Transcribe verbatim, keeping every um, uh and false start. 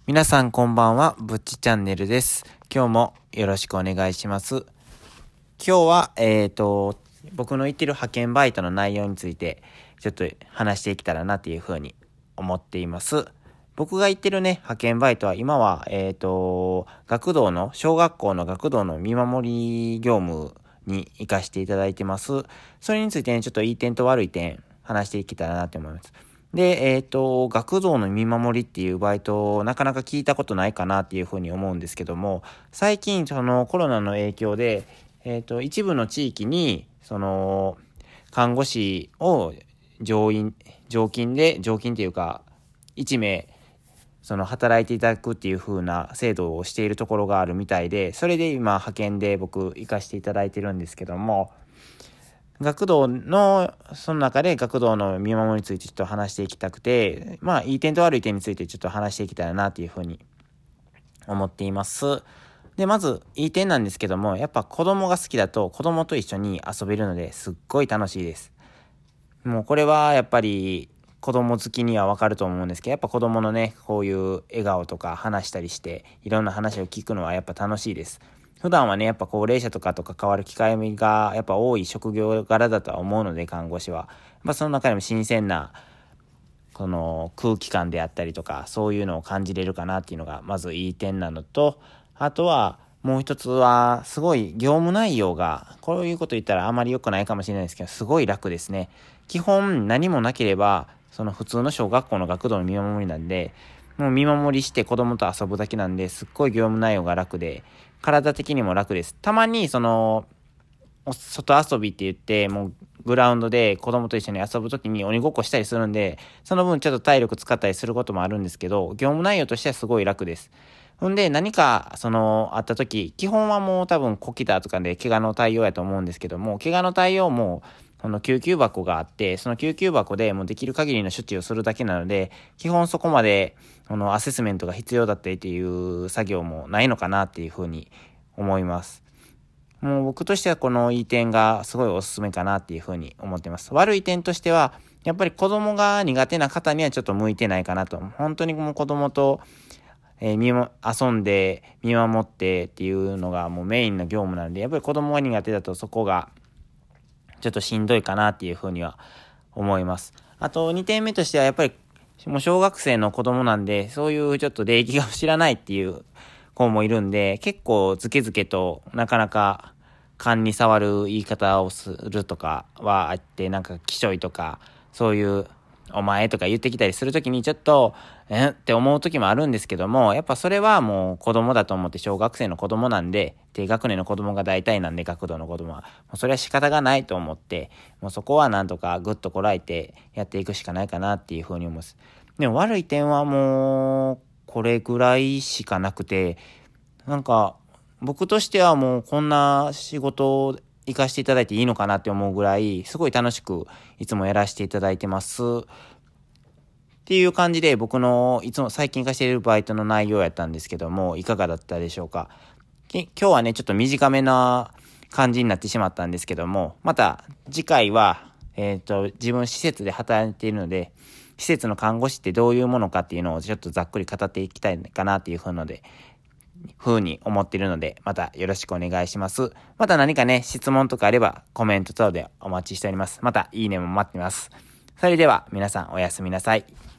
皆さんこんばんは、ぶっちチャンネルです。今日もよろしくお願いします。今日は、えっと、僕の言ってる派遣バイトの内容について、ちょっと話していけたらなっていうふうに思っています。僕が言ってるね、派遣バイトは、今は、えっと、学童の、小学校の学童の見守り業務に行かせていただいてます。それについてね、ちょっといい点と悪い点、話していけたらなって思います。で、えっと、学童の見守りっていうバイト、なかなか聞いたことないかなっていうふうに思うんですけども、最近、そのコロナの影響で、えっと、一部の地域に、その、看護師を常員、常勤で、常勤っていうか、いち名、その働いていただくっていう風な制度をしているところがあるみたいで、それで今派遣で僕行かせていただいてるんですけども、学童の、その中で学童の見守りについてちょっと話していきたくて、まあ、いい点と悪い点についてちょっと話していきたいなっていうふうに思っています。で、まず、いい点なんですけども、やっぱ子供が好きだと子供と一緒に遊べるのですっごい楽しいです。もうこれはやっぱり子供好きにはわかると思うんですけど、やっぱ子供のね、こういう笑顔とか話したりして、いろんな話を聞くのはやっぱ楽しいです。普段はね、やっぱ高齢者とかと関わる機会がやっぱ多い職業柄だとは思うので、看護師は。まあその中でも新鮮な、この空気感であったりとか、そういうのを感じれるかなっていうのが、まずいい点なのと、あとは、もう一つは、すごい業務内容が、こういうこと言ったらあまり良くないかもしれないですけど、すごい楽ですね。基本何もなければ、その普通の小学校の学童の見守りなんで、もう見守りして子供と遊ぶだけなんで、すっごい業務内容が楽で、体的にも楽です。たまに、その、外遊びって言って、もうグラウンドで子供と一緒に遊ぶときに鬼ごっこしたりするんで、その分ちょっと体力使ったりすることもあるんですけど、業務内容としてはすごい楽です。ほんで、何か、その、あったとき、基本はもう多分、コキタとかで怪我の対応やと思うんですけども、怪我の対応も、その救急箱があって、その救急箱でもうできる限りの処置をするだけなので、基本そこまで、このアセスメントが必要だったりっていう作業もないのかなっていうふうに思います。もう僕としてはこのいい点がすごいおすすめかなっていうふうに思ってます。悪い点としては、やっぱり子供が苦手な方にはちょっと向いてないかなと。本当にもう子供と、えー、見も遊んで見守ってっていうのがもうメインの業務なんで、やっぱり子供が苦手だとそこがちょっとしんどいかなっていうふうには思います。あとにてんめとしてはやっぱりもう小学生の子供なんで、そういうちょっと礼儀が知らないっていう子もいるんで、結構ズケズケとなかなか勘に触る言い方をするとかはあって、なんかきしょいとか、そういうお前とか言ってきたりするときにちょっと、えって思う時もあるんですけども、やっぱそれはもう子供だと思って、小学生の子供なんで、低学年の子供が大体なんで、学童の子供は。もうそれは仕方がないと思って、もうそこはなんとかぐっとこらえてやっていくしかないかなっていうふうに思います。でも悪い点はもう、これぐらいしかなくて、なんか、僕としてはもうこんな仕事を行かせていただいていいのかなって思うぐらい、すごい楽しくいつもやらせていただいてます。っていう感じで僕のいつも最近化しているバイトの内容やったんですけども、いかがだったでしょうか。今日はね、ちょっと短めな感じになってしまったんですけども、また次回は、えっと、自分施設で働いているので、施設の看護師ってどういうものかっていうのをちょっとざっくり語っていきたいかなっていうふうので、ふうに思っているので、またよろしくお願いします。また何かね、質問とかあればコメント等でお待ちしております。またいいねも待ってます。それでは皆さんおやすみなさい。